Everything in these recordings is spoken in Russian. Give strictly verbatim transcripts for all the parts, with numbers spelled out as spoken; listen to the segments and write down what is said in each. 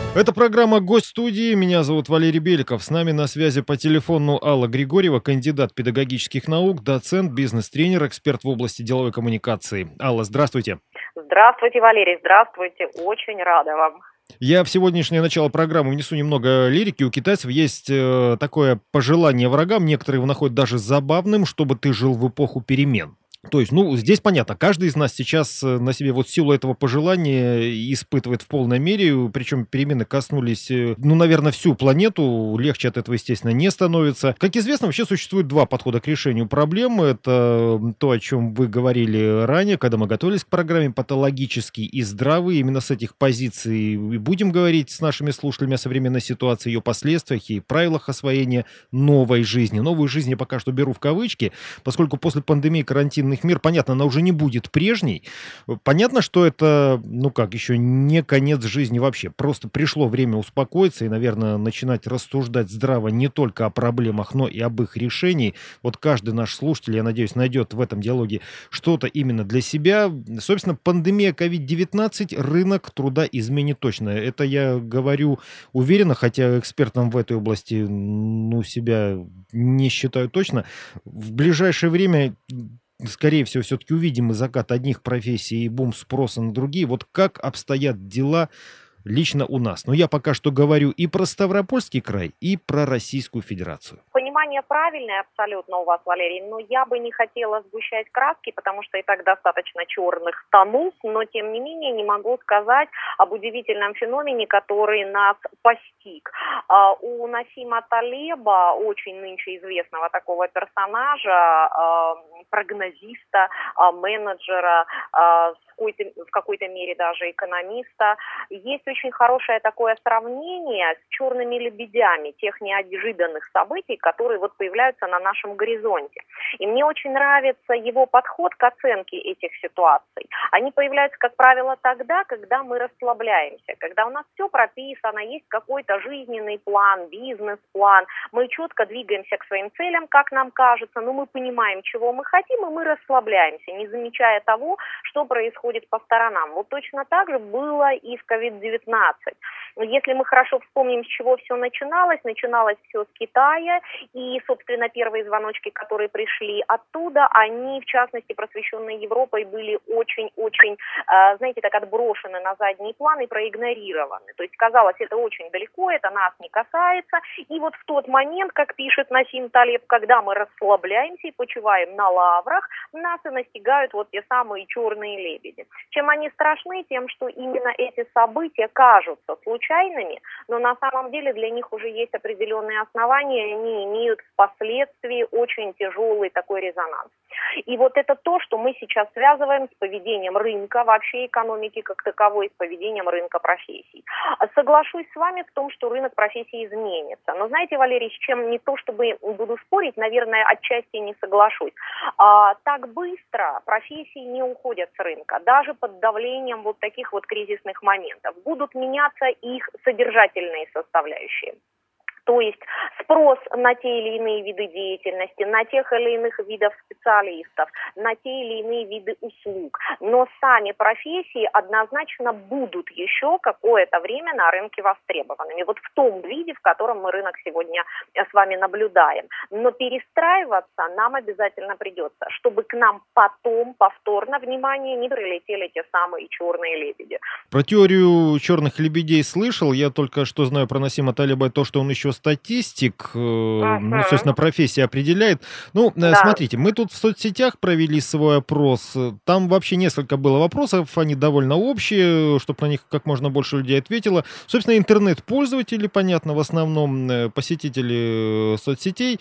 Это программа «Гость студии». Меня зовут Валерий Беликов. С нами на связи по телефону Алла Григорьева, кандидат педагогических наук, доцент, бизнес-тренер, эксперт в области деловой коммуникации. Алла, здравствуйте. Здравствуйте, Валерий, здравствуйте. Очень рада вам. Я в сегодняшнее начало программы внесу немного лирики. У китайцев есть э, такое пожелание врагам, некоторые его находят даже забавным, чтобы ты жил в эпоху перемен. То есть, ну, здесь понятно, каждый из нас сейчас э, на себе вот силу этого пожелания испытывает в полной мере, причем перемены коснулись, э, ну, наверное, всю планету, легче от этого, естественно, не становится. Как известно, вообще существует два подхода к решению проблемы. Это то, о чем вы говорили ранее, когда мы готовились к программе, патологический и здравый. Именно с этих позиций и будем говорить с нашими слушателями о современной ситуации, ее последствиях и правилах освоения новой жизни. Новую жизнь я пока что беру в кавычки, поскольку после пандемии, карантина мир, понятно, она уже не будет прежней. Понятно, что это, ну как, еще не конец жизни вообще. Просто пришло время успокоиться и, наверное, начинать рассуждать здраво не только о проблемах, но и об их решении. Вот каждый наш слушатель, я надеюсь, найдет в этом диалоге что-то именно для себя. Собственно, пандемия ковид девятнадцать рынок труда изменит точно. Это я говорю уверенно, хотя экспертом в этой области, ну, себя не считаю точно. В ближайшее время скорее всего, все-таки увидим и закат одних профессий, и бум спроса на другие. Вот как обстоят дела лично у нас? Но я пока что говорю и про Ставропольский край, и про Российскую Федерацию. Понимание правильное абсолютно у вас, Валерий, но я бы не хотела сгущать краски, потому что и так достаточно черных тонов, но тем не менее не могу сказать об удивительном феномене, который нас постиг. А, у Насима Талеба, очень нынче известного такого персонажа, а, прогнозиста, а, менеджера, а, в какой-то, в какой-то мере даже экономиста, есть очень хорошее такое сравнение с черными лебедями тех неожиданных событий, которые вот появляются на нашем горизонте. И мне очень нравится его подход к оценке этих ситуаций. Они появляются, как правило, тогда, когда мы расслабляемся, когда у нас все прописано, есть какой-то жизненный план, бизнес-план, мы четко двигаемся к своим целям, как нам кажется, но мы понимаем, чего мы хотим, и мы расслабляемся, не замечая того, что происходит по сторонам. Вот точно так же было и в ковид девятнадцать. Если мы хорошо вспомним, с чего все начиналось, начиналось все с Китая, и, собственно, первые звоночки, которые пришли оттуда, они, в частности, просвещенной Европой, были очень-очень, знаете, так отброшены на задний план и проигнорированы. То есть, казалось, это очень далеко, это нас не касается, и вот в тот момент, как пишет Насим Талеб, когда мы расслабляемся и почиваем на лаврах, нас и настигают вот те самые черные лебеди. Чем они страшны? Тем, что именно эти события кажутся случайными, но на самом деле для них уже есть определенные основания, и они имеют впоследствии очень тяжелый такой резонанс. И вот это то, что мы сейчас связываем с поведением рынка, вообще экономики как таковой, с поведением рынка профессий. Соглашусь с вами в том, что рынок профессий изменится. Но знаете, Валерий, с чем не то чтобы буду спорить, наверное, отчасти не соглашусь. А, так быстро профессии не уходят с рынка, даже под давлением вот таких вот кризисных моментов. Будут меняться их содержательные составляющие. То есть спрос на те или иные виды деятельности, на тех или иных видов специалистов, на те или иные виды услуг. Но сами профессии однозначно будут еще какое-то время на рынке востребованными. Вот в том виде, в котором мы рынок сегодня с вами наблюдаем. Но перестраиваться нам обязательно придется, чтобы к нам потом повторно, внимание, не прилетели те самые черные лебеди. Про теорию черных лебедей слышал. Я только что знаю про Насима Талеба то, что он еще статистик, uh-huh. ну, собственно, профессия определяет. Ну, да. Смотрите, мы тут в соцсетях провели свой опрос. Там вообще несколько было вопросов, они довольно общие, чтобы на них как можно больше людей ответило. Собственно, интернет-пользователи, понятно, в основном посетители соцсетей.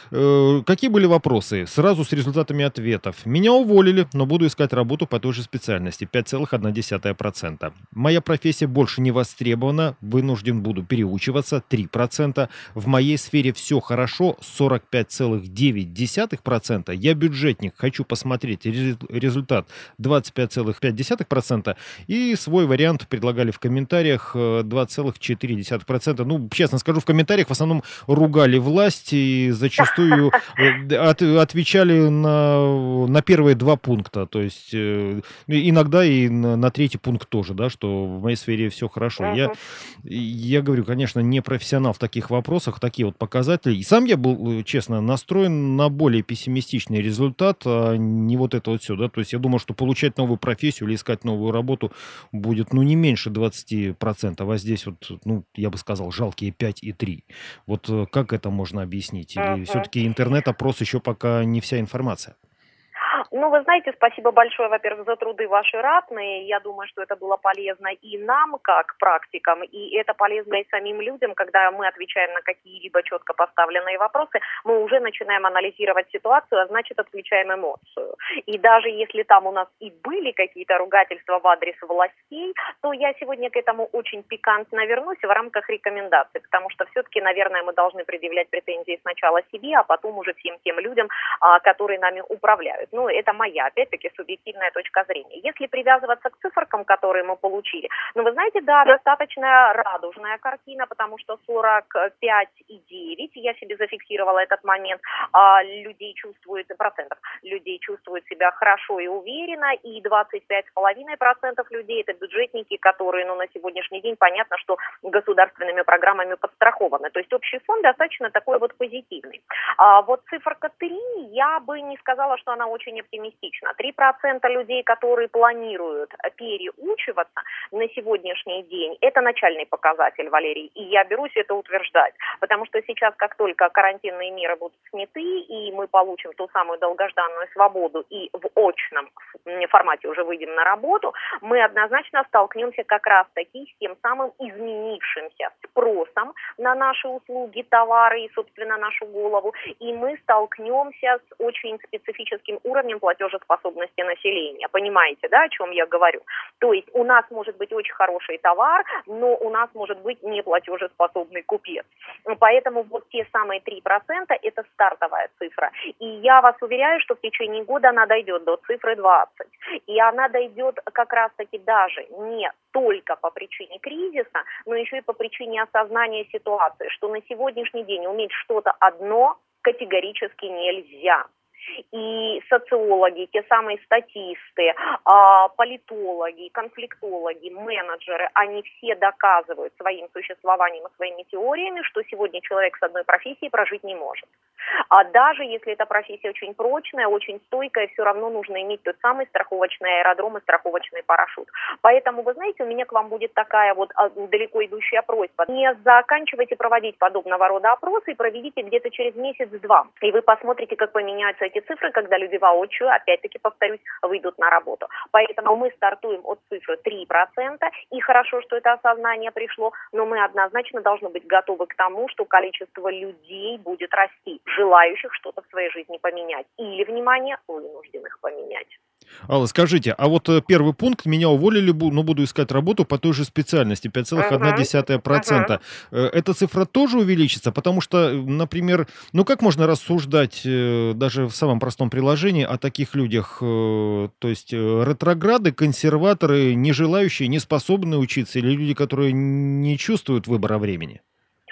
Какие были вопросы? Сразу с результатами ответов. Меня уволили, но буду искать работу по той же специальности. пять целых одна десятая процента. Моя профессия больше не востребована, вынужден буду переучиваться. три процента. в моей сфере все хорошо, сорок пять целых девять десятых процента. Я бюджетник, хочу посмотреть резу- результат, двадцать пять целых пять десятых процента. И свой вариант предлагали в комментариях, э, два целых четыре десятых процента. Ну, честно скажу, в комментариях в основном ругали власть и зачастую э, от- отвечали на, на первые два пункта. То есть э, иногда и на, на третий пункт тоже, да, что в моей сфере все хорошо. Я, Мгм. я говорю, конечно, не профессионал в таких вопросах, такие вот показатели. И сам я был, э, честно, настроен на более пессимистичный результат, а не вот это вот все, да. То есть я думал, что получать новую профессию или искать новую работу будет, ну, не меньше двадцати процентов, а здесь вот, ну, я бы сказал, жалкие пять и три. Вот э, как это можно объяснить? Или Мгм. все-таки интернет-опрос еще пока не вся информация? Ну, вы знаете, спасибо большое, во-первых, за труды ваши ратные. Я думаю, что это было полезно и нам, как практикам, и это полезно и самим людям, когда мы отвечаем на какие-либо четко поставленные вопросы, мы уже начинаем анализировать ситуацию, а значит, отключаем эмоцию. И даже если там у нас и были какие-то ругательства в адрес властей, то я сегодня к этому очень пикантно вернусь в рамках рекомендаций, потому что все-таки, наверное, мы должны предъявлять претензии сначала себе, а потом уже всем тем людям, а, которые нами управляют. Ну, это моя, опять-таки, субъективная точка зрения. Если привязываться к циферкам, которые мы получили, ну, вы знаете, да, достаточно радужная картина, потому что сорок пять и девять, я себе зафиксировала этот момент, а, людей чувствуют, процентов, людей чувствуют себя хорошо и уверенно, и двадцать пять целых пять десятых процента людей это бюджетники, которые, ну, на сегодняшний день понятно, что государственными программами подстрахованы. То есть общий фон достаточно такой вот позитивный. А вот циферка три, я бы не сказала, что она очень оптимистична. три процента людей, которые планируют переучиваться на сегодняшний день, это начальный показатель, Валерий, и я берусь это утверждать, потому что сейчас, как только карантинные меры будут сняты, и мы получим ту самую долгожданную свободу, и в очном формате уже выйдем на работу, мы однозначно столкнемся как раз-таки с тем самым изменившимся спросом на наши услуги, товары и, собственно, нашу голову, и мы столкнемся с очень специфическим уровнем платежеспособности населения. Понимаете, да, о чем я говорю? То есть у нас может быть очень хороший товар, но у нас может быть неплатежеспособный купец. Поэтому вот те самые три процента это стартовая цифра. И я вас уверяю, что в течение года она дойдет до цифры двадцать. И она дойдет как раз-таки даже не только по причине кризиса, но еще и по причине осознания ситуации, что на сегодняшний день уметь что-то одно категорически нельзя. И социологи, те самые статисты, политологи, конфликтологи, менеджеры, они все доказывают своим существованием и своими теориями, что сегодня человек с одной профессией прожить не может. А даже если эта профессия очень прочная, очень стойкая, все равно нужно иметь тот самый страховочный аэродром и страховочный парашют. Поэтому, вы знаете, у меня к вам будет такая вот далеко идущая просьба. Не заканчивайте проводить подобного рода опросы и проведите где-то через месяц-два. И вы посмотрите, как поменяются эти цифры, когда люди воочию, опять-таки, повторюсь, выйдут на работу. Поэтому мы стартуем от цифры три процента, и хорошо, что это осознание пришло, но мы однозначно должны быть готовы к тому, что количество людей будет расти, желающих что-то в своей жизни поменять. Или, внимание, вынужденных поменять. Алла, скажите, а вот э, первый пункт, меня уволили, бу- но буду искать работу по той же специальности, пять целых одна десятая процента. Э, Эта цифра тоже увеличится? Потому что, э, например, ну как можно рассуждать э, даже в самом простом приложении о таких людях? э, То есть э, ретрограды, консерваторы, не желающие, не способные учиться, или люди, которые не чувствуют выбора времени?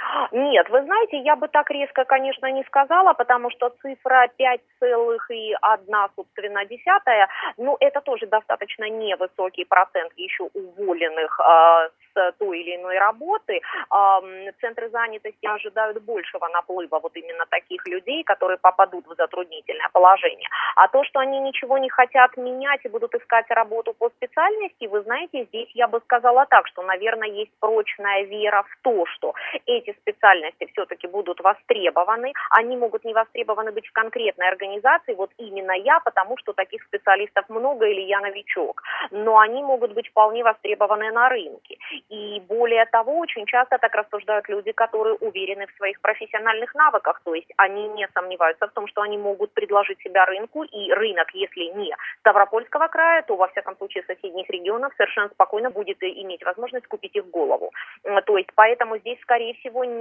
Нет, вы знаете, я бы так резко, конечно, не сказала, потому что цифра пять целых одна, собственно, десятая, ну, это тоже достаточно невысокий процент еще уволенных э, с той или иной работы. Э, центры занятости ожидают большего наплыва вот именно таких людей, которые попадут в затруднительное положение. А то, что они ничего не хотят менять и будут искать работу по специальности, вы знаете, здесь я бы сказала так, что, наверное, есть прочная вера в то, что эти специальности все-таки будут востребованы. Они могут не востребованы быть в конкретной организации, вот именно я, потому что таких специалистов много или я новичок. Но они могут быть вполне востребованы на рынке. И более того, очень часто так рассуждают люди, которые уверены в своих профессиональных навыках. То есть они не сомневаются в том, что они могут предложить себя рынку. И рынок, если не Ставропольского края, то во всяком случае соседних регионов совершенно спокойно будет иметь возможность купить их голову. То есть поэтому здесь, скорее всего, не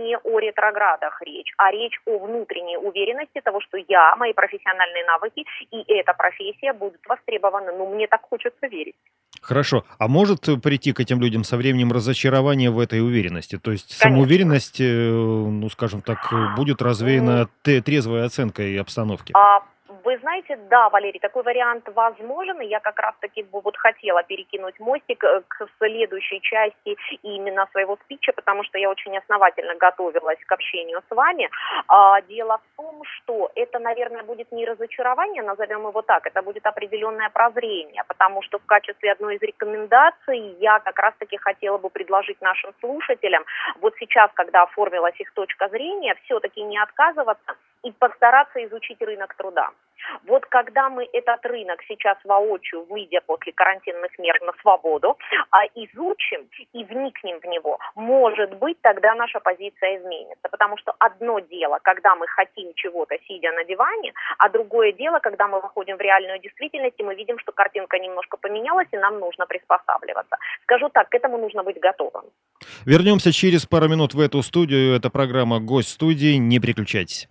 не о ретроградах речь, а речь о внутренней уверенности того, что я, мои профессиональные навыки и эта профессия будут востребованы. Ну, мне так хочется верить. Хорошо. А может э, прийти к этим людям со временем разочарование в этой уверенности? То есть Конечно. самоуверенность, э, ну, скажем так, э, будет развеяна те- трезвой оценкой обстановки? А, Вы знаете, да, Валерий, такой вариант возможен, и я как раз-таки бы вот хотела перекинуть мостик э, к следующей части именно своего спича, потому что я очень основательно готовилась к общению с вами. А, Дело в том, что это, наверное, будет не разочарование, назовем его так, это будет определенное прозрение, потому что в качестве одной из рекомендаций я как раз-таки хотела бы предложить нашим слушателям, вот сейчас, когда оформилась их точка зрения, все-таки не отказываться и постараться изучить рынок труда. Вот когда мы этот рынок сейчас воочию, выйдя после карантинных мер на свободу, а, изучим и вникнем в него, может быть, тогда наша позиция изменится. Потому что одно дело, когда мы хотим чего-то, сидя на диване, а другое дело, когда мы выходим в реальную действительность, и мы видим, что картинка немножко поменялась, и нам нужно приспосабливаться. Скажу так, к этому нужно быть готовым. Вернемся через пару минут в эту студию. Это программа «Гость студии». Не переключайтесь.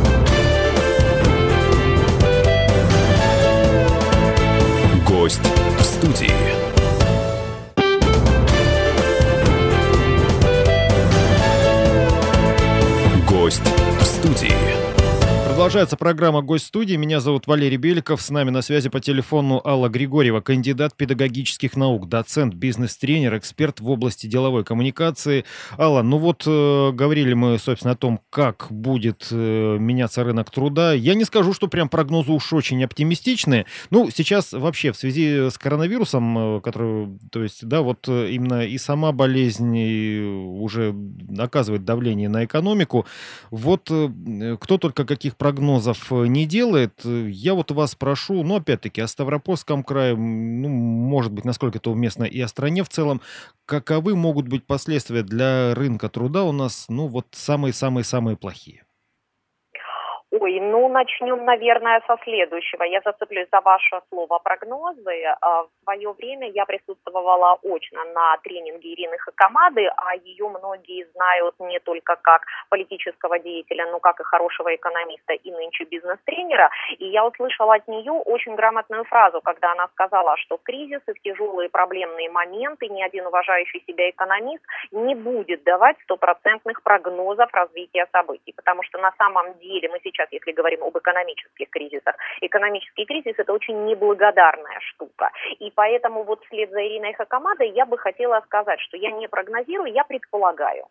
Гость в студии. Гость в студии. Продолжается программа «Гость студии». Меня зовут Валерий Беликов. С нами на связи по телефону Алла Григорьева, кандидат педагогических наук, доцент, бизнес-тренер, эксперт в области деловой коммуникации. Алла, ну вот э, говорили мы, собственно, о том, как будет э, меняться рынок труда. Я не скажу, что прям прогнозы уж очень оптимистичные. Ну, сейчас вообще в связи с коронавирусом, э, который, то есть, да, вот э, именно и сама болезнь и уже оказывает давление на экономику. Вот э, кто только каких прогнозов э, не делает. Э, Я вот вас прошу, ну, опять-таки, о Ставропольском крае, м, ну, может быть, насколько это уместно, и о стране в целом, каковы могут быть последствия для рынка труда у нас, ну, вот самые-самые-самые плохие? Ой, ну начнем, наверное, со следующего. Я зацеплюсь за ваше слово прогнозы. А, В свое время я присутствовала очно на тренинге Ирины Хакамады, а ее многие знают не только как политического деятеля, но как и хорошего экономиста и нынче бизнес-тренера. И я услышала от нее очень грамотную фразу, когда она сказала, что в кризисы, в тяжелые проблемные моменты ни один уважающий себя экономист не будет давать стопроцентных прогнозов развития событий, потому что на самом деле мы сейчас, если говорим об экономических кризисах, экономический кризис – это очень неблагодарная штука. И поэтому вот вслед за Ириной Хакамадой я бы хотела сказать, что я не прогнозирую, я предполагаю.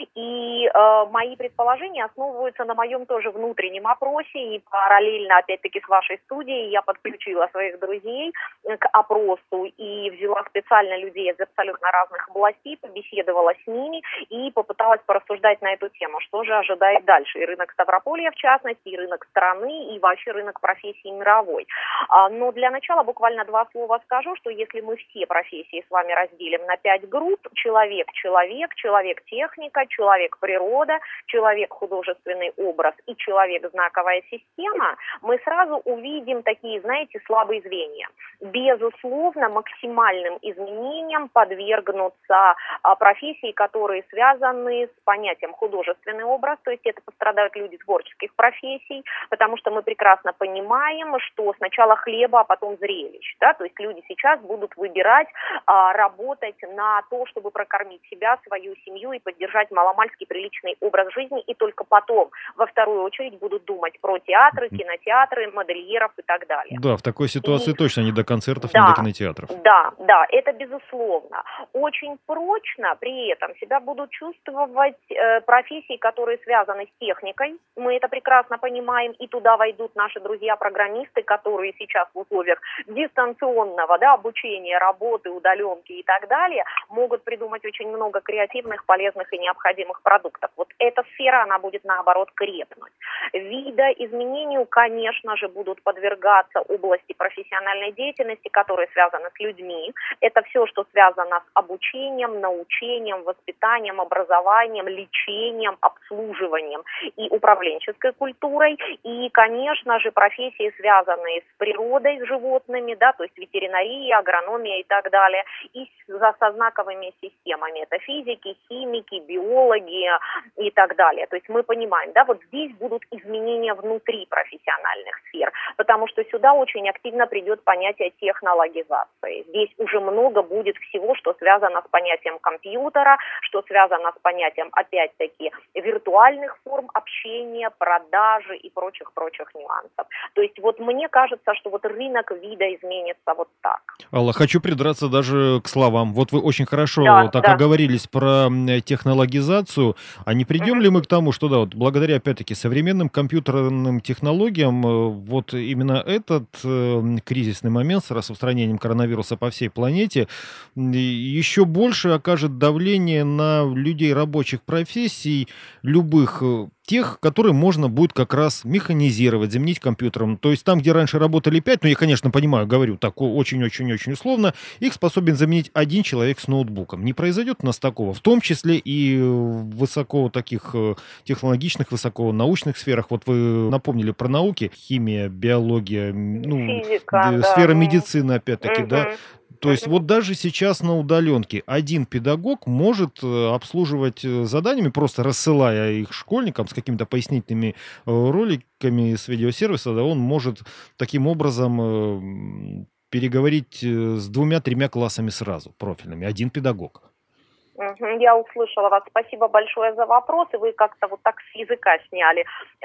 И э, мои предположения основываются на моем тоже внутреннем опросе, и параллельно, опять-таки, с вашей студией я подключила своих друзей к опросу и взяла специально людей из абсолютно разных областей, побеседовала с ними и попыталась порассуждать на эту тему, что же ожидает дальше. И рынок Ставрополья, в частности, и рынок страны, и вообще рынок профессий мировой. А, но для начала буквально два слова скажу, что если мы все профессии с вами разделим на пять групп, человек-человек, человек-техник, человек-природа, человек-художественный образ и человек-знаковая система, мы сразу увидим такие, знаете, слабые звенья. Безусловно, максимальным изменениям подвергнутся а, профессии, которые связаны с понятием художественный образ, то есть это пострадают люди творческих профессий, потому что мы прекрасно понимаем, что сначала хлеба, а потом зрелищ, да, то есть люди сейчас будут выбирать а, работать на то, чтобы прокормить себя, свою семью и поддержать маломальски приличный образ жизни, и только потом, во вторую очередь, будут думать про театры, кинотеатры, модельеров и так далее. Да, в такой ситуации И точно не до концертов, не да, до кинотеатров. да, да, это безусловно. Очень прочно при этом себя будут чувствовать э, профессии, которые связаны с техникой. Мы это прекрасно понимаем, и туда войдут наши друзья-программисты, которые сейчас в условиях дистанционного, да, обучения, работы, удаленки и так далее, могут придумать очень много креативных, полезных и необходимых продуктов. Вот эта сфера, она будет, наоборот, крепнуть. Видоизменению, конечно же, будут подвергаться области профессиональной деятельности, которые связаны с людьми. Это все, что связано с обучением, научением, воспитанием, образованием, лечением, обслуживанием и управленческой культурой. И, конечно же, профессии, связанные с природой, с животными, да, то есть ветеринария, агрономия и так далее, и со, со знаковыми системами. Это физики, химики, биологи, биологи и так далее. То есть мы понимаем, да, вот здесь будут изменения внутри профессиональных сфер, потому что сюда очень активно придет понятие технологизации. Здесь уже много будет всего, что связано с понятием компьютера, что связано с понятием, опять-таки, виртуальных форм общения, продажи и прочих-прочих нюансов. То есть вот мне кажется, что вот рынок вида изменится вот так. Алла, хочу придраться даже к словам. Вот вы очень хорошо Да, так да. оговорились про технологизацию. А не придем Угу. ли мы к тому, что да, вот благодаря, опять-таки, современным компьютерным технологиям, э, вот именно этот э, кризисный момент с распространением коронавируса по всей планете м, и еще больше окажет давление на людей рабочих профессий, любых э, тех, которые можно будет как раз механизировать, заменить компьютером. То есть там, где раньше работали пять, ну я, конечно, понимаю, говорю так очень-очень-очень условно, их способен заменить один человек с ноутбуком. Не произойдет у нас такого, в том числе и в высоко таких э, технологичных, высоко научных сферах. Вот вы напомнили про науки, химия, биология, м, ну, Физика, д- да. сфера М. медицины, опять-таки, да. Мгм. То есть Мгм. вот даже сейчас на удаленке один педагог может э, обслуживать э, заданиями, просто рассылая их школьникам с какими-то пояснительными э, роликами с видеосервиса, да, он может таким образом э, м, переговорить э, с двумя-тремя классами сразу, профильными, один педагог. Мгм. Я услышала вас. Спасибо большое за вопрос. И вы как-то вот так с языка сняли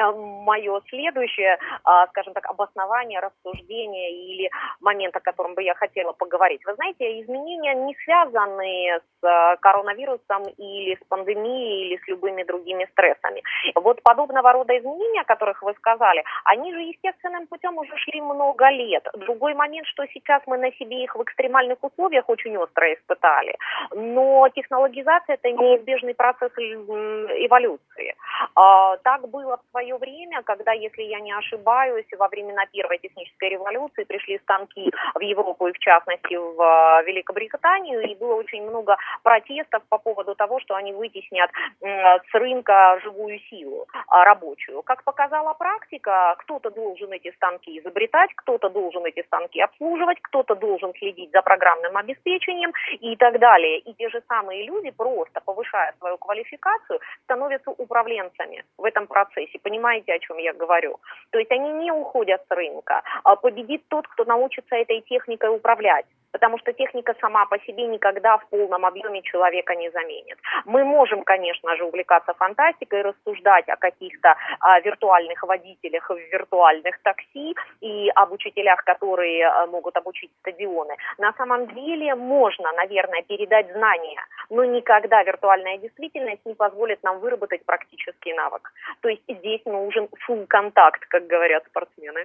мое следующее, а, скажем так, обоснование, рассуждение или момент, о котором бы я хотела поговорить. Вы знаете, изменения не связаны с а, коронавирусом или с пандемией, или с любыми другими стрессами. Вот подобного рода изменения, о которых вы сказали, они же естественным путем уже шли много лет. Другой момент, что сейчас мы на себе их в экстремальных условиях очень остро испытали. Но технология Технологизация – это неизбежный процесс эволюции. Так было в свое время, когда, если я не ошибаюсь, во времена Первой технической революции пришли станки в Европу и, в частности, в Великобританию, и было очень много протестов по поводу того, что они вытеснят с рынка живую силу рабочую. Как показала практика, кто-то должен эти станки изобретать, кто-то должен эти станки обслуживать, кто-то должен следить за программным обеспечением и так далее. И те же самые люди, просто повышая свою квалификацию, становятся управленцами в этом процессе. Понимаете, о чем я говорю? То есть они не уходят с рынка. Победит тот, кто научится этой техникой управлять. Потому что техника сама по себе никогда в полном объеме человека не заменит. Мы можем, конечно же, увлекаться фантастикой, рассуждать о каких-то а, виртуальных водителях в виртуальных такси и об учителях, которые а, могут обучить стадионы. На самом деле можно, наверное, передать знания, но никогда виртуальная действительность не позволит нам выработать практический навык. То есть здесь нужен full контакт, как говорят спортсмены.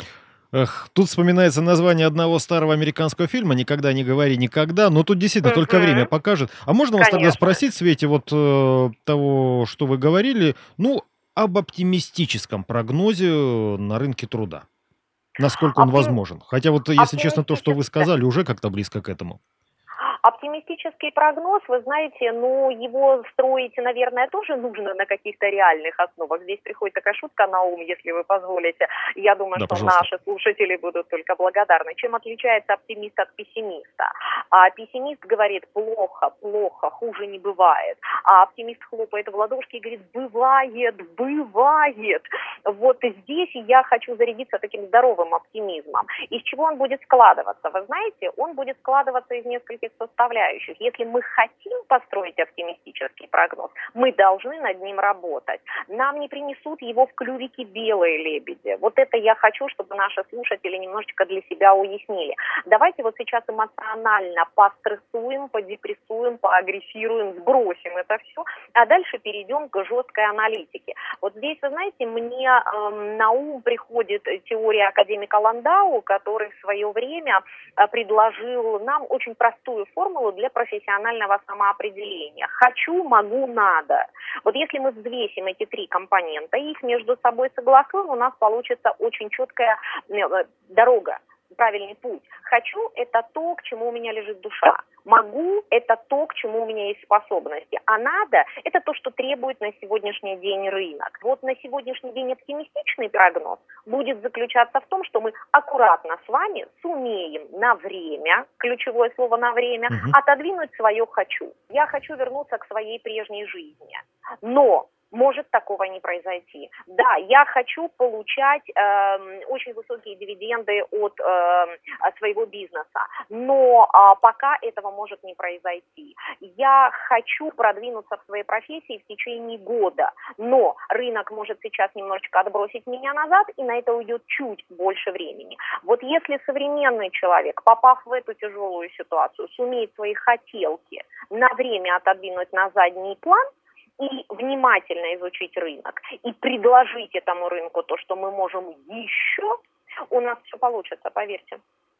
Эх, тут вспоминается название одного старого американского фильма «Никогда не говори никогда», но тут действительно только Мгм. время покажет. А можно вас тогда Конечно. спросить, в свете вот э, того, что вы говорили, ну, об оптимистическом прогнозе на рынке труда? Насколько он Оптим- возможен? Хотя вот, если честно, то, что вы Оптимистически. сказали, уже как-то близко к этому. Оптимистический прогноз, вы знаете, ну, его строить, наверное, тоже нужно на каких-то реальных основах. Здесь приходит такая шутка на ум, если вы позволите. Я думаю, Да, что пожалуйста. наши слушатели будут только благодарны. Чем отличается оптимист от пессимиста? А пессимист говорит: плохо, плохо, хуже не бывает. А оптимист хлопает в ладошки и говорит: бывает, бывает. Вот здесь я хочу зарядиться таким здоровым оптимизмом. Из чего он будет складываться? Вы знаете, он будет складываться из нескольких составляющих. Если мы хотим построить оптимистический прогноз, мы должны над ним работать. Нам не принесут его в клювике белые лебеди. Вот это я хочу, чтобы наши слушатели немножечко для себя уяснили. Давайте вот сейчас эмоционально пострессуем, подепрессуем, поагрессируем, сбросим это все, а дальше перейдем к жесткой аналитике. Вот здесь, вы знаете, мне э, на ум приходит теория академика Ландау, который в свое время э, предложил нам очень простую формулу для профессионального самоопределения. Хочу, могу, надо. Вот если мы взвесим эти три компонента и их между собой согласуем, у нас получится очень четкая дорога правильный путь. Хочу – это то, к чему у меня лежит душа. Могу – это то, к чему у меня есть способности. А надо – это то, что требует на сегодняшний день рынок. Вот на сегодняшний день оптимистичный прогноз будет заключаться в том, что мы аккуратно с вами сумеем на время, ключевое слово «на время», угу. отодвинуть свое «хочу». Я хочу вернуться к своей прежней жизни. Но может такого не произойти. Да, я хочу получать э, очень высокие дивиденды от э, своего бизнеса, но э, пока этого может не произойти. Я хочу продвинуться в своей профессии в течение года, но рынок может сейчас немножечко отбросить меня назад, и на это уйдет чуть больше времени. Вот если современный человек, попав в эту тяжелую ситуацию, сумеет свои хотелки на время отодвинуть на задний план, и внимательно изучить рынок, и предложить этому рынку то, что мы можем еще, у нас все получится, поверьте.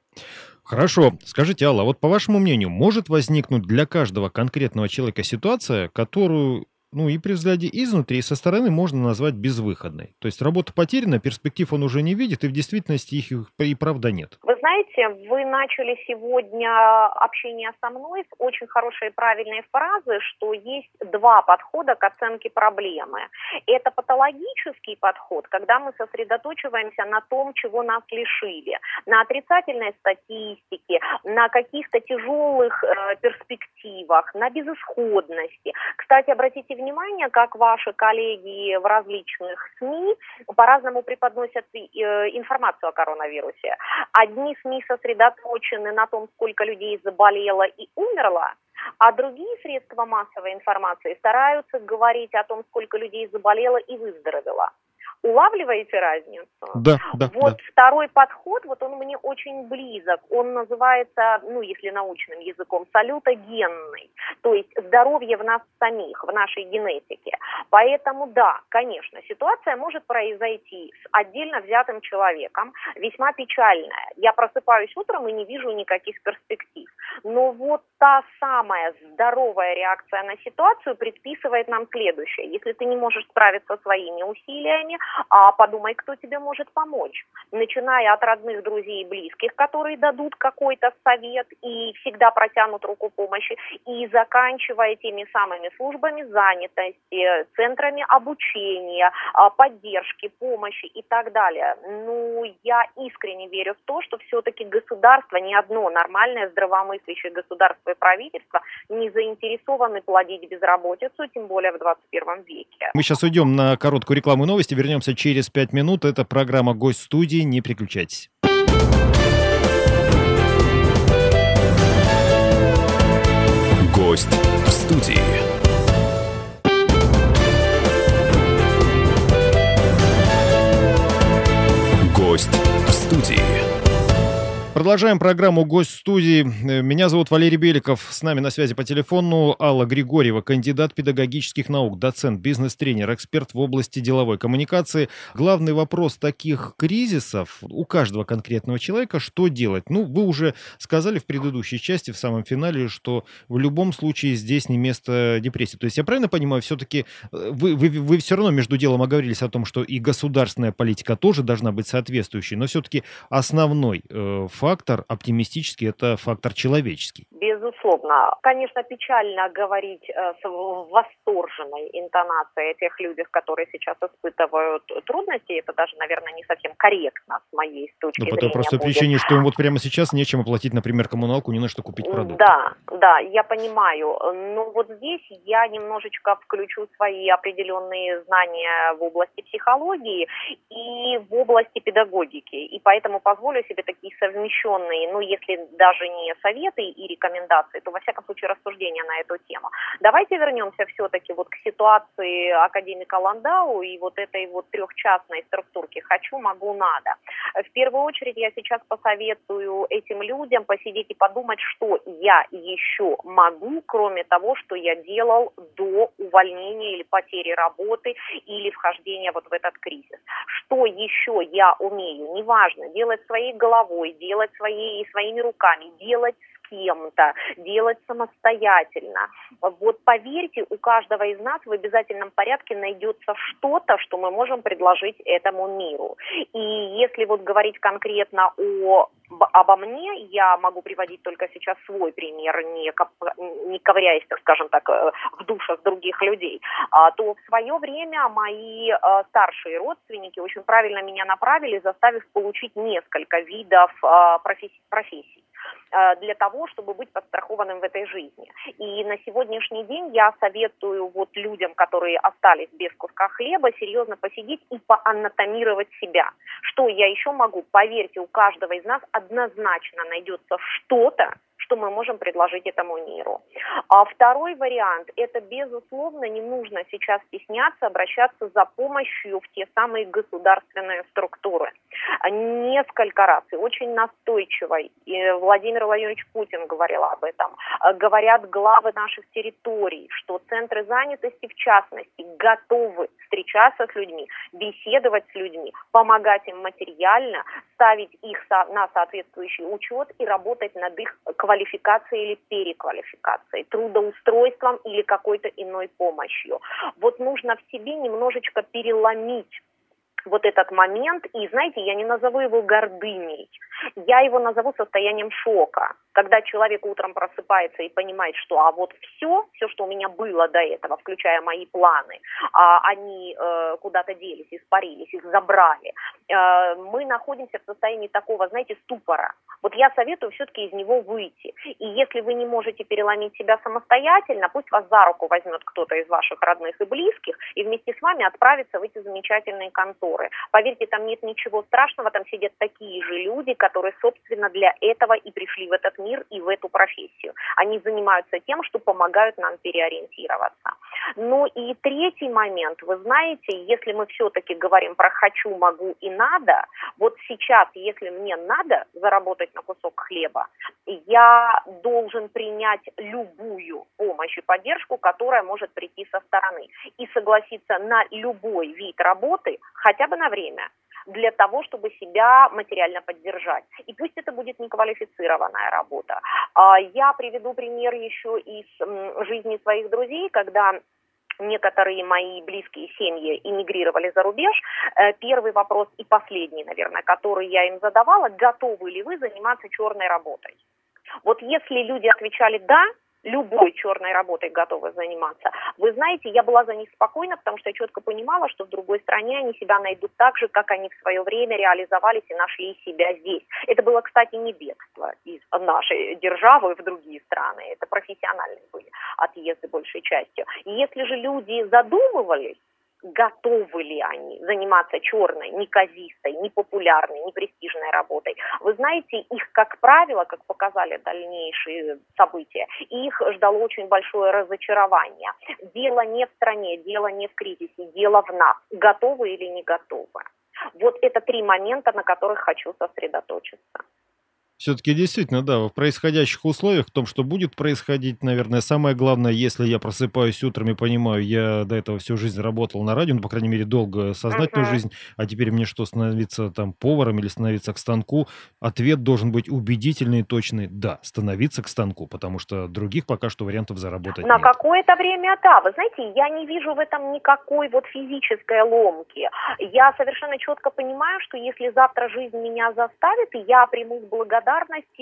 Хорошо. Скажите, Алла, вот по вашему мнению, может возникнуть для каждого конкретного человека ситуация, которую, ну, и при взгляде изнутри, и со стороны можно назвать безвыходной? То есть работа потеряна, перспектив он уже не видит, и в действительности их и правда нет. Вы знаете, вы начали сегодня общение со мной с очень хорошей и правильной фразы, что есть два подхода к оценке проблемы. Это патологический подход, когда мы сосредоточиваемся на том, чего нас лишили, на отрицательной статистике, на каких-то тяжелых э, перспективах, на безысходности. Кстати, обратите внимание, как ваши коллеги в различных СМИ по-разному преподносят э, информацию о коронавирусе. Одни СМИ сосредоточены на том, сколько людей заболело и умерло, а другие средства массовой информации стараются говорить о том, сколько людей заболело и выздоровело. Улавливаете разницу? Да, да. Вот да. Второй подход, вот он мне очень близок. Он называется, ну, если научным языком, салютогенный. То есть здоровье в нас самих, в нашей генетике. Поэтому, да, конечно, ситуация может произойти с отдельно взятым человеком, весьма печальная. Я просыпаюсь утром и не вижу никаких перспектив. Но вот та самая здоровая реакция на ситуацию предписывает нам следующее. Если ты не можешь справиться своими усилиями, а подумай, кто тебе может помочь. Начиная от родных, друзей и близких, которые дадут какой-то совет и всегда протянут руку помощи, и заканчивая теми самыми службами занятости, центрами обучения, поддержки, помощи и так далее. Ну, я искренне верю в то, что все-таки государство, ни одно нормальное, здравомыслящее государство и правительство не заинтересованы плодить безработицу, тем более в двадцать первом веке. Мы сейчас уйдем на короткую рекламу и новости, вернемся через пять минут. Это программа «Гость студии». Не переключайтесь. Гость в студии. Гость в студии. Продолжаем программу «Гость в студии». Меня зовут Валерий Беликов. С нами на связи по телефону Алла Григорьева, кандидат педагогических наук, доцент, бизнес-тренер, эксперт в области деловой коммуникации. Главный вопрос таких кризисов у каждого конкретного человека – что делать? Ну, вы уже сказали в предыдущей части, в самом финале, что в любом случае здесь не место депрессии. То есть я правильно понимаю, все-таки вы, вы, вы все равно между делом оговорились о том, что и государственная политика тоже должна быть соответствующей, но все-таки основной э, фактор оптимистический – это фактор человеческий. Безусловно. Конечно, печально говорить э, с восторженной интонацией о тех людях, которые сейчас испытывают трудности. Это даже, наверное, не совсем корректно с моей с точки ну, зрения. по той простой будет. причине, что им вот прямо сейчас нечем оплатить, например, коммуналку, не на что купить продукты. Да, да, я понимаю. Но вот здесь я немножечко включу свои определенные знания в области психологии и в области педагогики. И поэтому позволю себе такие совмещенные, ну, если даже не советы и рекомендации, то, во всяком случае, рассуждения на эту тему. Давайте вернемся все-таки вот к ситуации академика Ландау и вот этой вот трехчастной структурки «хочу, могу, надо». В первую очередь я сейчас посоветую этим людям посидеть и подумать, что я еще могу, кроме того, что я делал до увольнения или потери работы или вхождения вот в этот кризис. Что еще я умею? Неважно, делать своей головой, делать своей, своими руками, делать кем-то, делать самостоятельно. Вот поверьте, у каждого из нас в обязательном порядке найдется что-то, что мы можем предложить этому миру. И если вот говорить конкретно о обо мне, я могу приводить только сейчас свой пример, не, не ковыряясь, так скажем так, в душах других людей, то в свое время мои старшие родственники очень правильно меня направили, заставив получить несколько видов профессий, профессий для того, чтобы быть подстрахованным в этой жизни. И на сегодняшний день я советую вот людям, которые остались без куска хлеба, серьезно посидеть и поанатомировать себя. Что я еще могу? Поверьте, у каждого из нас однозначно найдется что-то, что мы можем предложить этому миру. А второй вариант – это, безусловно, не нужно сейчас стесняться обращаться за помощью в те самые государственные структуры. Несколько раз и очень настойчиво и Владимир Владимирович Путин говорил об этом, говорят главы наших территорий, что центры занятости, в частности, готовы встречаться с людьми, беседовать с людьми, помогать им материально, ставить их на соответствующий учет и работать над их квалификацией или переквалификацией, трудоустройством или какой-то иной помощью. Вот нужно в себе немножечко переломить вот этот момент, и, знаете, я не назову его гордыней, я его назову состоянием шока, когда человек утром просыпается и понимает, что а вот все, все, что у меня было до этого, включая мои планы, а, они э, куда-то делись, испарились, их забрали. Э, мы находимся в состоянии такого, знаете, ступора. Вот я советую все-таки из него выйти. И если вы не можете переломить себя самостоятельно, пусть вас за руку возьмет кто-то из ваших родных и близких и вместе с вами отправится в эти замечательные конторы. Поверьте, там нет ничего страшного, там сидят такие же люди, которые, собственно, для этого и пришли в этот мир и в эту профессию. Они занимаются тем, что помогают нам переориентироваться. Ну и третий момент, вы знаете, если мы все-таки говорим про «хочу», «могу» и «надо», вот сейчас, если мне надо заработать на кусок хлеба, я должен принять любую помощь и поддержку, которая может прийти со стороны, и согласиться на любой вид работы, хотя бы на время, для того, чтобы себя материально поддержать. И пусть это будет неквалифицированная работа. Я приведу пример еще из жизни своих друзей, когда некоторые мои близкие семьи эмигрировали за рубеж. Первый вопрос и последний, наверное, который я им задавала: готовы ли вы заниматься черной работой? Вот если люди отвечали «да», любой черной работой готовы заниматься. Вы знаете, я была за них спокойна, потому что я четко понимала, что в другой стране они себя найдут так же, как они в свое время реализовались и нашли себя здесь. Это было, кстати, не бегство из нашей державы в другие страны. Это профессиональные были отъезды большей частью. И если же люди задумывались, готовы ли они заниматься черной, неказистой, непопулярной, непрестижной работой. Вы знаете, их, как правило, как показали дальнейшие события, их ждало очень большое разочарование. Дело не в стране, дело не в кризисе, дело в нас. Готовы или не готовы? Вот это три момента, на которых хочу сосредоточиться. Все-таки действительно, да, в происходящих условиях, в том, что будет происходить, наверное, самое главное, если я просыпаюсь утром и понимаю, я до этого всю жизнь работал на радио, ну, по крайней мере, долго сознательную uh-huh. жизнь, а теперь мне что, становиться там поваром или становиться к станку? Ответ должен быть убедительный и точный: да, становиться к станку, потому что других пока что вариантов заработать на нет. На какое-то время, да. Вы знаете, я не вижу в этом никакой вот физической ломки. Я совершенно четко понимаю, что если завтра жизнь меня заставит, и я приму с благодарностью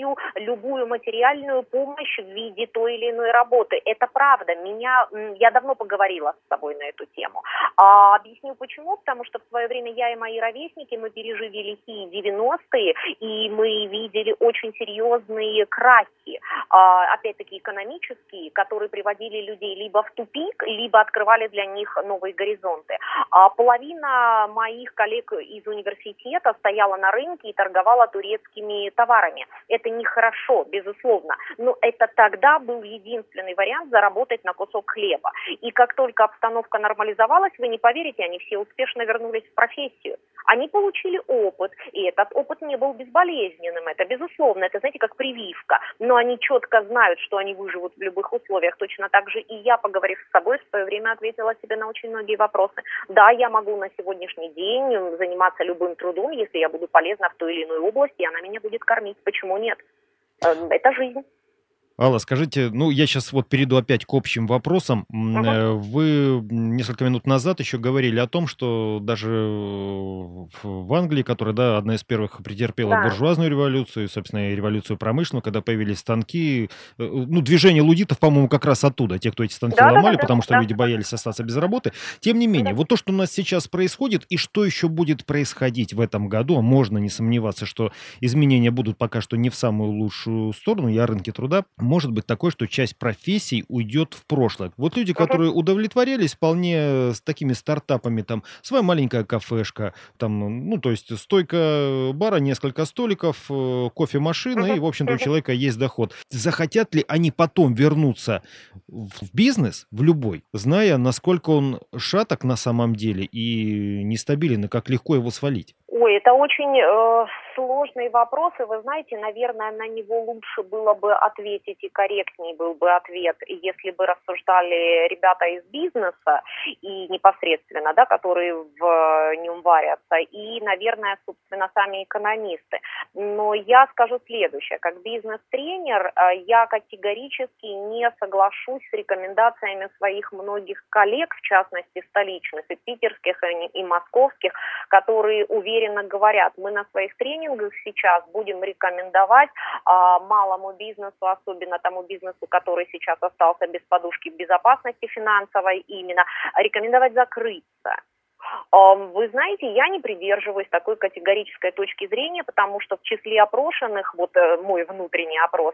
любую материальную помощь в виде той или иной работы. Это правда. Меня, я давно поговорила с собой на эту тему. А, объясню почему. Потому что в свое время я и мои ровесники, мы пережили лихие девяностые, и мы видели очень серьезные краки, а, опять-таки экономические, которые приводили людей либо в тупик, либо открывали для них новые горизонты. А, половина моих коллег из университета стояла на рынке и торговала турецкими товарами. Это нехорошо, безусловно, но это тогда был единственный вариант заработать на кусок хлеба. И как только обстановка нормализовалась, вы не поверите, они все успешно вернулись в профессию. Они получили опыт, и этот опыт не был безболезненным, это безусловно, это, знаете, как прививка. Но они четко знают, что они выживут в любых условиях. Точно так же и я, поговорив с собой, в свое время ответила себе на очень многие вопросы. Да, я могу на сегодняшний день заниматься любым трудом, если я буду полезна в той или иной области, и она меня будет кормить. Почему нет? Это жизнь. Алла, скажите, ну, я сейчас вот перейду опять к общим вопросам. М, Мгм. э, Вы несколько минут назад еще говорили о том, что даже в в Англии, которая, да, одна из первых претерпела Да, буржуазную революцию, и, собственно, и революцию промышленную, когда появились станки, э, ну, движение лудитов, по-моему, как раз оттуда, те, кто эти станки да, да, да, ломали, да, потому что да, люди боялись остаться без работы. Тем не менее, да. вот то, что у нас сейчас происходит, и что еще будет происходить в этом году, а можно не сомневаться, что изменения будут пока что не в самую лучшую сторону, и о рынке труда, может быть такое, что часть профессий уйдет в прошлое. Вот люди, Мгм. которые удовлетворялись вполне с такими стартапами, там, своя маленькая кафешка, там, ну, то есть стойка бара, несколько столиков, э, кофемашина, и, Мгм. в общем-то, у Мгм. человека есть доход. Захотят ли они потом вернуться в бизнес, в любой, зная, насколько он шаток на самом деле и нестабилен, и как легко его свалить? Ой, это очень э, сложный вопрос, и вы знаете, наверное, на него лучше было бы ответить, и корректнее был бы ответ, если бы рассуждали ребята из бизнеса и непосредственно, да, которые в нем варятся, и, наверное, собственно, сами экономисты. Но я скажу следующее, как бизнес-тренер э, я категорически не соглашусь с рекомендациями своих многих коллег, в частности, столичных, и питерских, и, и московских, которые уверенно говорят, мы на своих тренингах сейчас будем рекомендовать а, малому бизнесу, особенно тому бизнесу, который сейчас остался без подушки безопасности финансовой, именно рекомендовать закрыться. Вы знаете, я не придерживаюсь такой категорической точки зрения, потому что в числе опрошенных, вот мой внутренний опрос,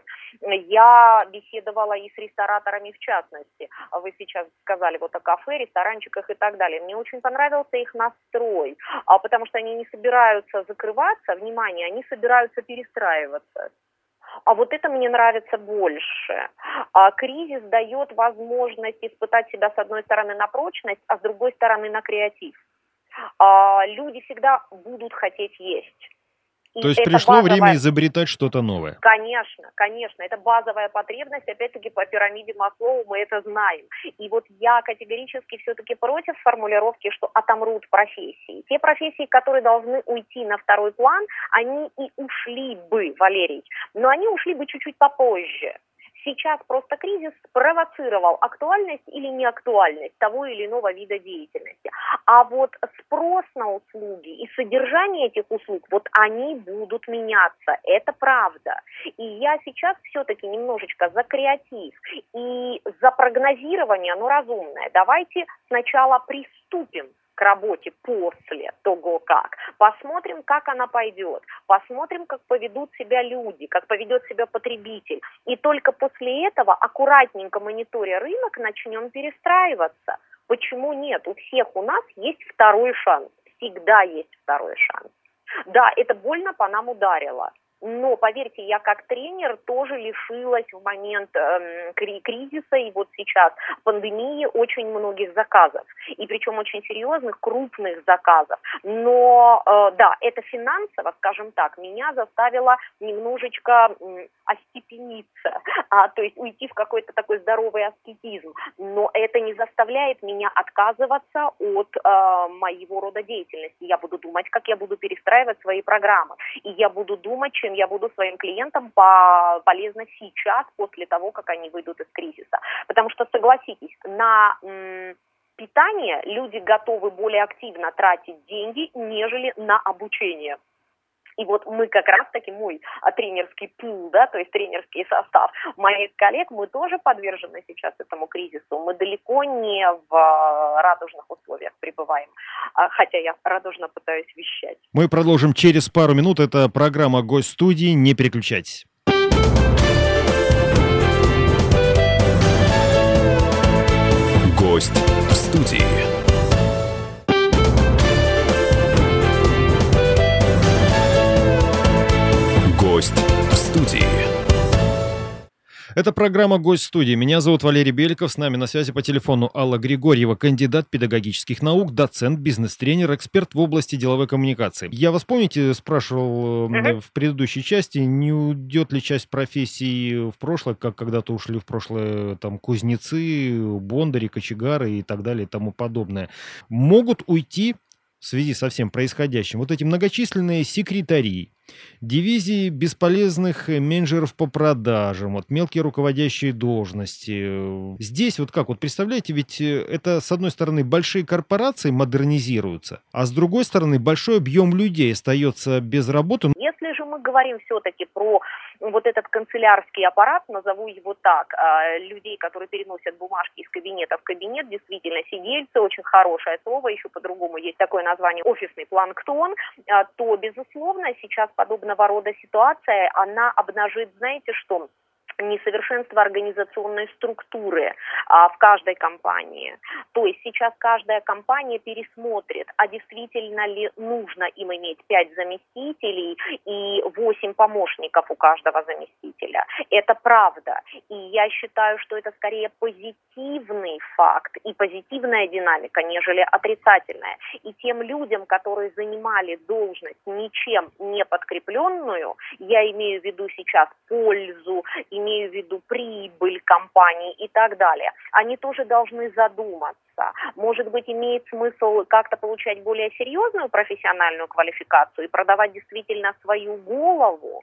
я беседовала и с рестораторами в частности. Вы сейчас сказали вот о кафе, ресторанчиках и так далее. Мне очень понравился их настрой, потому что они не собираются закрываться, внимание, они собираются перестраиваться. А вот это мне нравится больше. А кризис дает возможность испытать себя с одной стороны на прочность, а с другой стороны на креатив. А люди всегда будут хотеть есть. И То есть это пришло базовая... время изобретать что-то новое. Конечно, конечно, это базовая потребность, опять-таки по пирамиде Маслоу мы это знаем. И вот я категорически все-таки против формулировки, что отомрут профессии. Те профессии, которые должны уйти на второй план, они и ушли бы, Валерий, но они ушли бы чуть-чуть попозже. Сейчас просто кризис спровоцировал актуальность или неактуальность того или иного вида деятельности. А вот спрос на услуги и содержание этих услуг, вот они будут меняться. Это правда. И я сейчас все-таки немножечко за креатив и за прогнозирование, но разумное. Давайте сначала приступим к работе после того, как. Посмотрим, как она пойдет. Посмотрим, как поведут себя люди, как поведет себя потребитель. И только после этого, аккуратненько мониторя рынок, начнем перестраиваться. Почему нет? У всех у нас есть второй шанс. Всегда есть второй шанс. Да, это больно по нам ударило. Но, поверьте, я как тренер тоже лишилась в момент эм, кризиса и вот сейчас пандемии очень многих заказов. И причем очень серьезных, крупных заказов. Но, э, да, это финансово, скажем так, меня заставило немножечко м, остепениться, а, то есть уйти в какой-то такой здоровый аскетизм. Но это не заставляет меня отказываться от э, моего рода деятельности. Я буду думать, как я буду перестраивать свои программы. И я буду думать, чем я буду своим клиентам по- полезна сейчас, после того, как они выйдут из кризиса. Потому что, согласитесь, на м, питание люди готовы более активно тратить деньги, нежели на обучение. И вот мы как раз-таки, мой а, тренерский пул, да, то есть тренерский состав моих коллег, мы тоже подвержены сейчас этому кризису. Мы далеко не в а, радужных условиях пребываем, а, хотя я радужно пытаюсь вещать. Мы продолжим через пару минут. Это программа «Гость студии». Не переключайтесь. Гость в студии. Гость в студии. Это программа «Гость студии». Меня зовут Валерий Беликов. С нами на связи по телефону Алла Григорьева, кандидат педагогических наук, доцент, бизнес-тренер, эксперт в области деловой коммуникации. Я вас, помните, спрашивал Мгм. в предыдущей части, не уйдет ли часть профессий в прошлое, как когда-то ушли в прошлое там кузнецы, бондари, кочегары и так далее и тому подобное. Могут уйти в связи со всем происходящим вот эти многочисленные секретари, Дивизии бесполезных э, менеджеров по продажам, вот мелкие руководящие должности. Э, Здесь вот как, вот представляете, ведь э, это, с одной стороны, большие корпорации модернизируются, а с другой стороны, большой объем людей остается без работы. Если же мы говорим все-таки про вот этот канцелярский аппарат, назову его так, а, людей, которые переносят бумажки из кабинета в кабинет, действительно сидельцы, очень хорошее слово, еще по-другому есть такое название офисный планктон, а, то, безусловно, сейчас подобного рода ситуация, она обнажит, знаете что? Несовершенство организационной структуры а, в каждой компании. То есть сейчас каждая компания пересмотрит, а действительно ли нужно им иметь пять заместителей и восемь помощников у каждого заместителя. Это правда. И я считаю, что это скорее позитивный факт и позитивная динамика, нежели отрицательная. И тем людям, которые занимали должность ничем не подкрепленную, я имею в виду сейчас пользу, имею в виду прибыль компании и так далее, они тоже должны задуматься. Может быть, имеет смысл как-то получать более серьезную профессиональную квалификацию и продавать действительно свою голову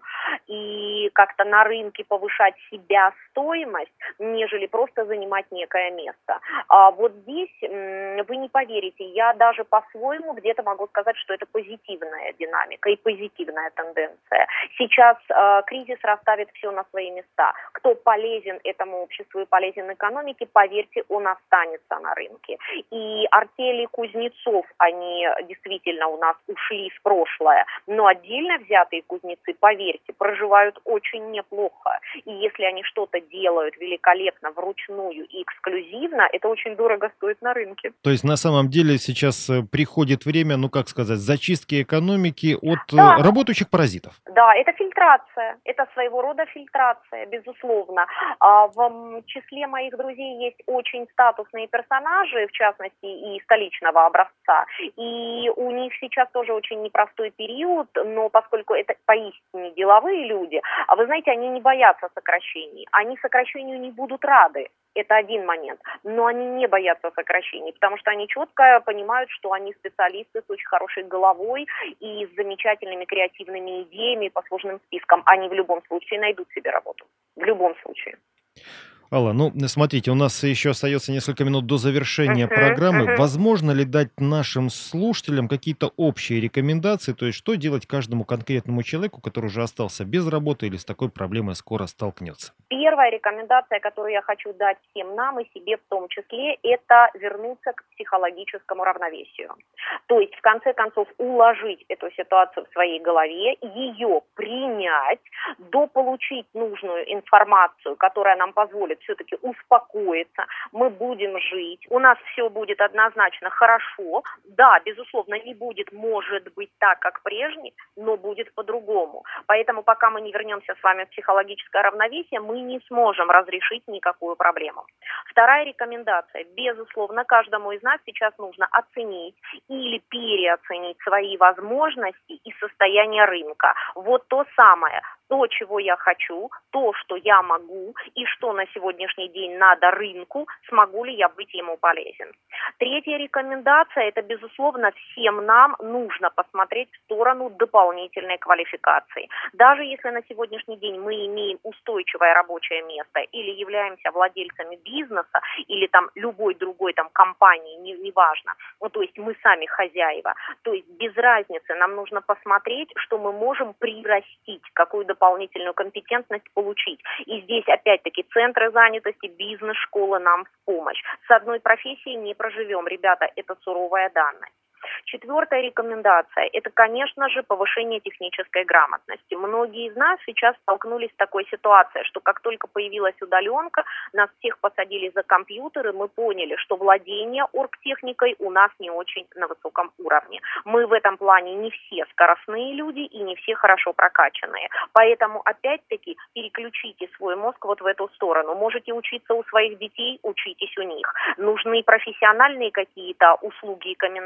и как-то на рынке повышать себя стоимость, нежели просто занимать некое место. А вот здесь вы не поверите, я даже по-своему где-то могу сказать, что это позитивная динамика и позитивная тенденция. Сейчас э, кризис расставит все на свои места. Кто полезен этому обществу и полезен экономике, поверьте, он останется на рынке. И артели кузнецов, они действительно у нас ушли в прошлое, но отдельно взятые кузнецы, поверьте, проживают очень неплохо. И если они что-то делают великолепно, вручную и эксклюзивно, это очень дорого стоит на рынке. То есть на самом деле сейчас э, приходит время, ну как сказать, зачистки экономики от э, Да. работающих паразитов. Да, это фильтрация, это своего рода фильтрация, безусловно. А в м, числе моих друзей есть очень статусные персонажи, в частности, и столичного образца, и у них сейчас тоже очень непростой период, но поскольку это поистине деловые люди, а вы знаете, они не боятся сокращений, они сокращению не будут рады. Это один момент. Но они не боятся сокращений, потому что они четко понимают, что они специалисты с очень хорошей головой и с замечательными креативными идеями по сложным спискам. Они в любом случае найдут себе работу. В любом случае. Алла, ну смотрите, у нас еще остается несколько минут до завершения Мгм, программы. мгм. Возможно ли дать нашим слушателям какие-то общие рекомендации, то есть что делать каждому конкретному человеку, который уже остался без работы или с такой проблемой скоро столкнется? Первая рекомендация, которую я хочу дать всем нам и себе в том числе, это вернуться к психологическому равновесию. То есть, в конце концов, уложить эту ситуацию в своей голове, ее принять, дополучить нужную информацию, которая нам позволит все-таки успокоиться, мы будем жить, у нас все будет однозначно хорошо. Да, безусловно, не будет, может быть, так, как прежде, но будет по-другому. Поэтому, пока мы не вернемся с вами в психологическое равновесие, мы не сможем разрешить никакую проблему. Вторая рекомендация. Безусловно, каждому из нас сейчас нужно оценить или переоценить свои возможности и состояние рынка. Вот то самое. То, чего я хочу, то, что я могу и что на сегодняшний день надо рынку, смогу ли я быть ему полезен. Третья рекомендация – это, безусловно, всем нам нужно посмотреть в сторону дополнительной квалификации. Даже если на сегодняшний день мы имеем устойчивое рабочее место или являемся владельцами бизнеса или там любой другой там компании, не, неважно, ну, то есть мы сами хозяева, то есть без разницы нам нужно посмотреть, что мы можем прирастить, какую дополнительную компетентность получить. И здесь опять-таки центры занятости, бизнес-школы нам в помощь. С одной профессией не проживем, ребята, это суровая данность. Четвертая рекомендация – это, конечно же, повышение технической грамотности. Многие из нас сейчас столкнулись с такой ситуацией, что как только появилась удаленка, нас всех посадили за компьютеры, мы поняли, что владение оргтехникой у нас не очень на высоком уровне. Мы в этом плане не все скоростные люди и не все хорошо прокачанные. Поэтому, опять-таки, переключите свой мозг вот в эту сторону. Можете учиться у своих детей, учитесь у них. Нужны профессиональные какие-то услуги и комментарии,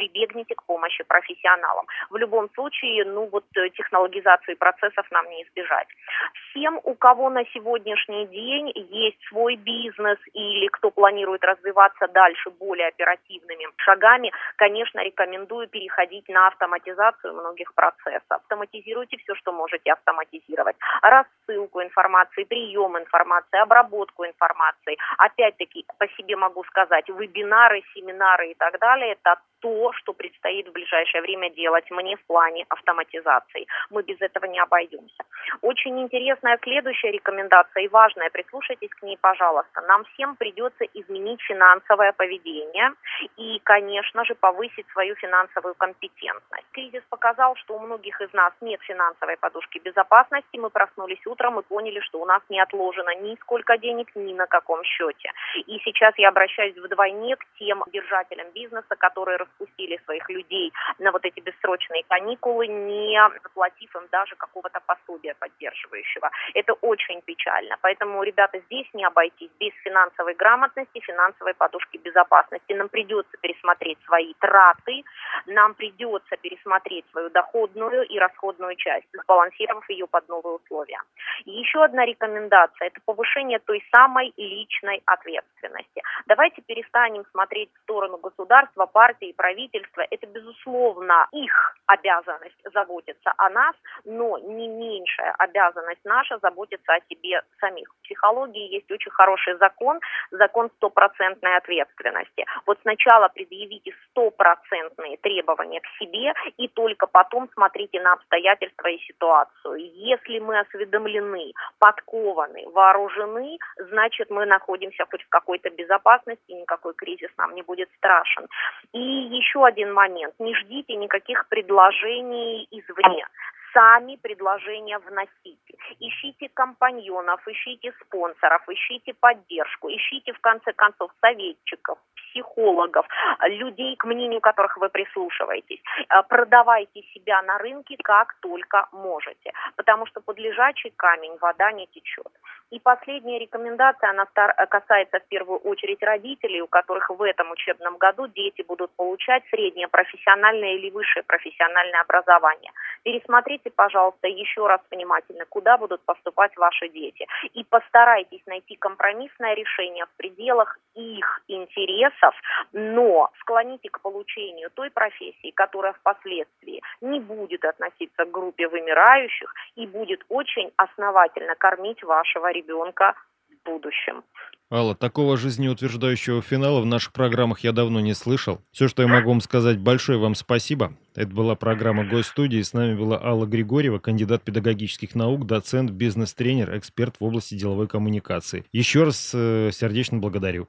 прибегните к помощи профессионалам. В любом случае, ну вот технологизации процессов нам не избежать. Всем, у кого на сегодняшний день есть свой бизнес или кто планирует развиваться дальше более оперативными шагами, конечно, рекомендую переходить на автоматизацию многих процессов. Автоматизируйте все, что можете автоматизировать. Рассылку информации, прием информации, обработку информации. Опять-таки, по себе могу сказать, вебинары, семинары и так далее – это то, что предстоит в ближайшее время делать мне в плане автоматизации. Мы без этого не обойдемся. Очень интересная следующая рекомендация и важная, прислушайтесь к ней, пожалуйста. Нам всем придется изменить финансовое поведение и, конечно же, повысить свою финансовую компетентность. Кризис показал, что у многих из нас нет финансовой подушки безопасности. Мы проснулись утром и поняли, что у нас не отложено ни сколько денег, ни на каком счете. И сейчас я обращаюсь вдвойне к тем держателям бизнеса, которые распустили своих людей на вот эти бессрочные каникулы, не заплатив им даже какого-то пособия поддерживающего. Это очень печально. Поэтому, ребята, здесь не обойтись без финансовой грамотности, финансовой подушки безопасности. Нам придется пересмотреть свои траты, нам придется пересмотреть свою доходную и расходную часть, сбалансировав ее под новые условия. Еще одна рекомендация – это повышение той самой личной ответственности. Давайте перестанем смотреть в сторону государства, партии и правительства. Это, безусловно, их обязанность заботиться о нас, но не меньшая обязанность наша заботиться о себе самих. В психологии есть очень хороший закон, закон стопроцентной ответственности. Вот сначала предъявите стопроцентные требования к себе и только потом смотрите на обстоятельства и ситуацию. Если мы осведомлены, подкованы, вооружены, значит мы находимся хоть в какой-то безопасности, никакой кризис нам не будет страшен. И еще один момент. Не ждите никаких предложений извне. Сами предложения вносите. Ищите компаньонов, ищите спонсоров, ищите поддержку, ищите, в конце концов, советчиков, психологов, людей, к мнению которых вы прислушиваетесь. Продавайте себя на рынке как только можете, потому что под лежачий камень вода не течет. И последняя рекомендация, она касается в первую очередь родителей, у которых в этом учебном году дети будут получать среднее профессиональное или высшее профессиональное образование. Пересмотрите, пожалуйста, еще раз внимательно, куда будут поступать ваши дети. И постарайтесь найти компромиссное решение в пределах их интересов, но склоните к получению той профессии, которая впоследствии не будет относиться к группе вымирающих и будет очень основательно кормить вашего ребенка в будущем. Алла, такого жизнеутверждающего финала в наших программах я давно не слышал. Все, что я могу вам сказать, большое вам спасибо. Это была программа «Гость студии». С нами была Алла Григорьева, кандидат педагогических наук, доцент, бизнес-тренер, эксперт в области деловой коммуникации. Еще раз э, сердечно благодарю.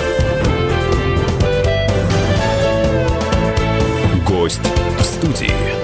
Гость в студии.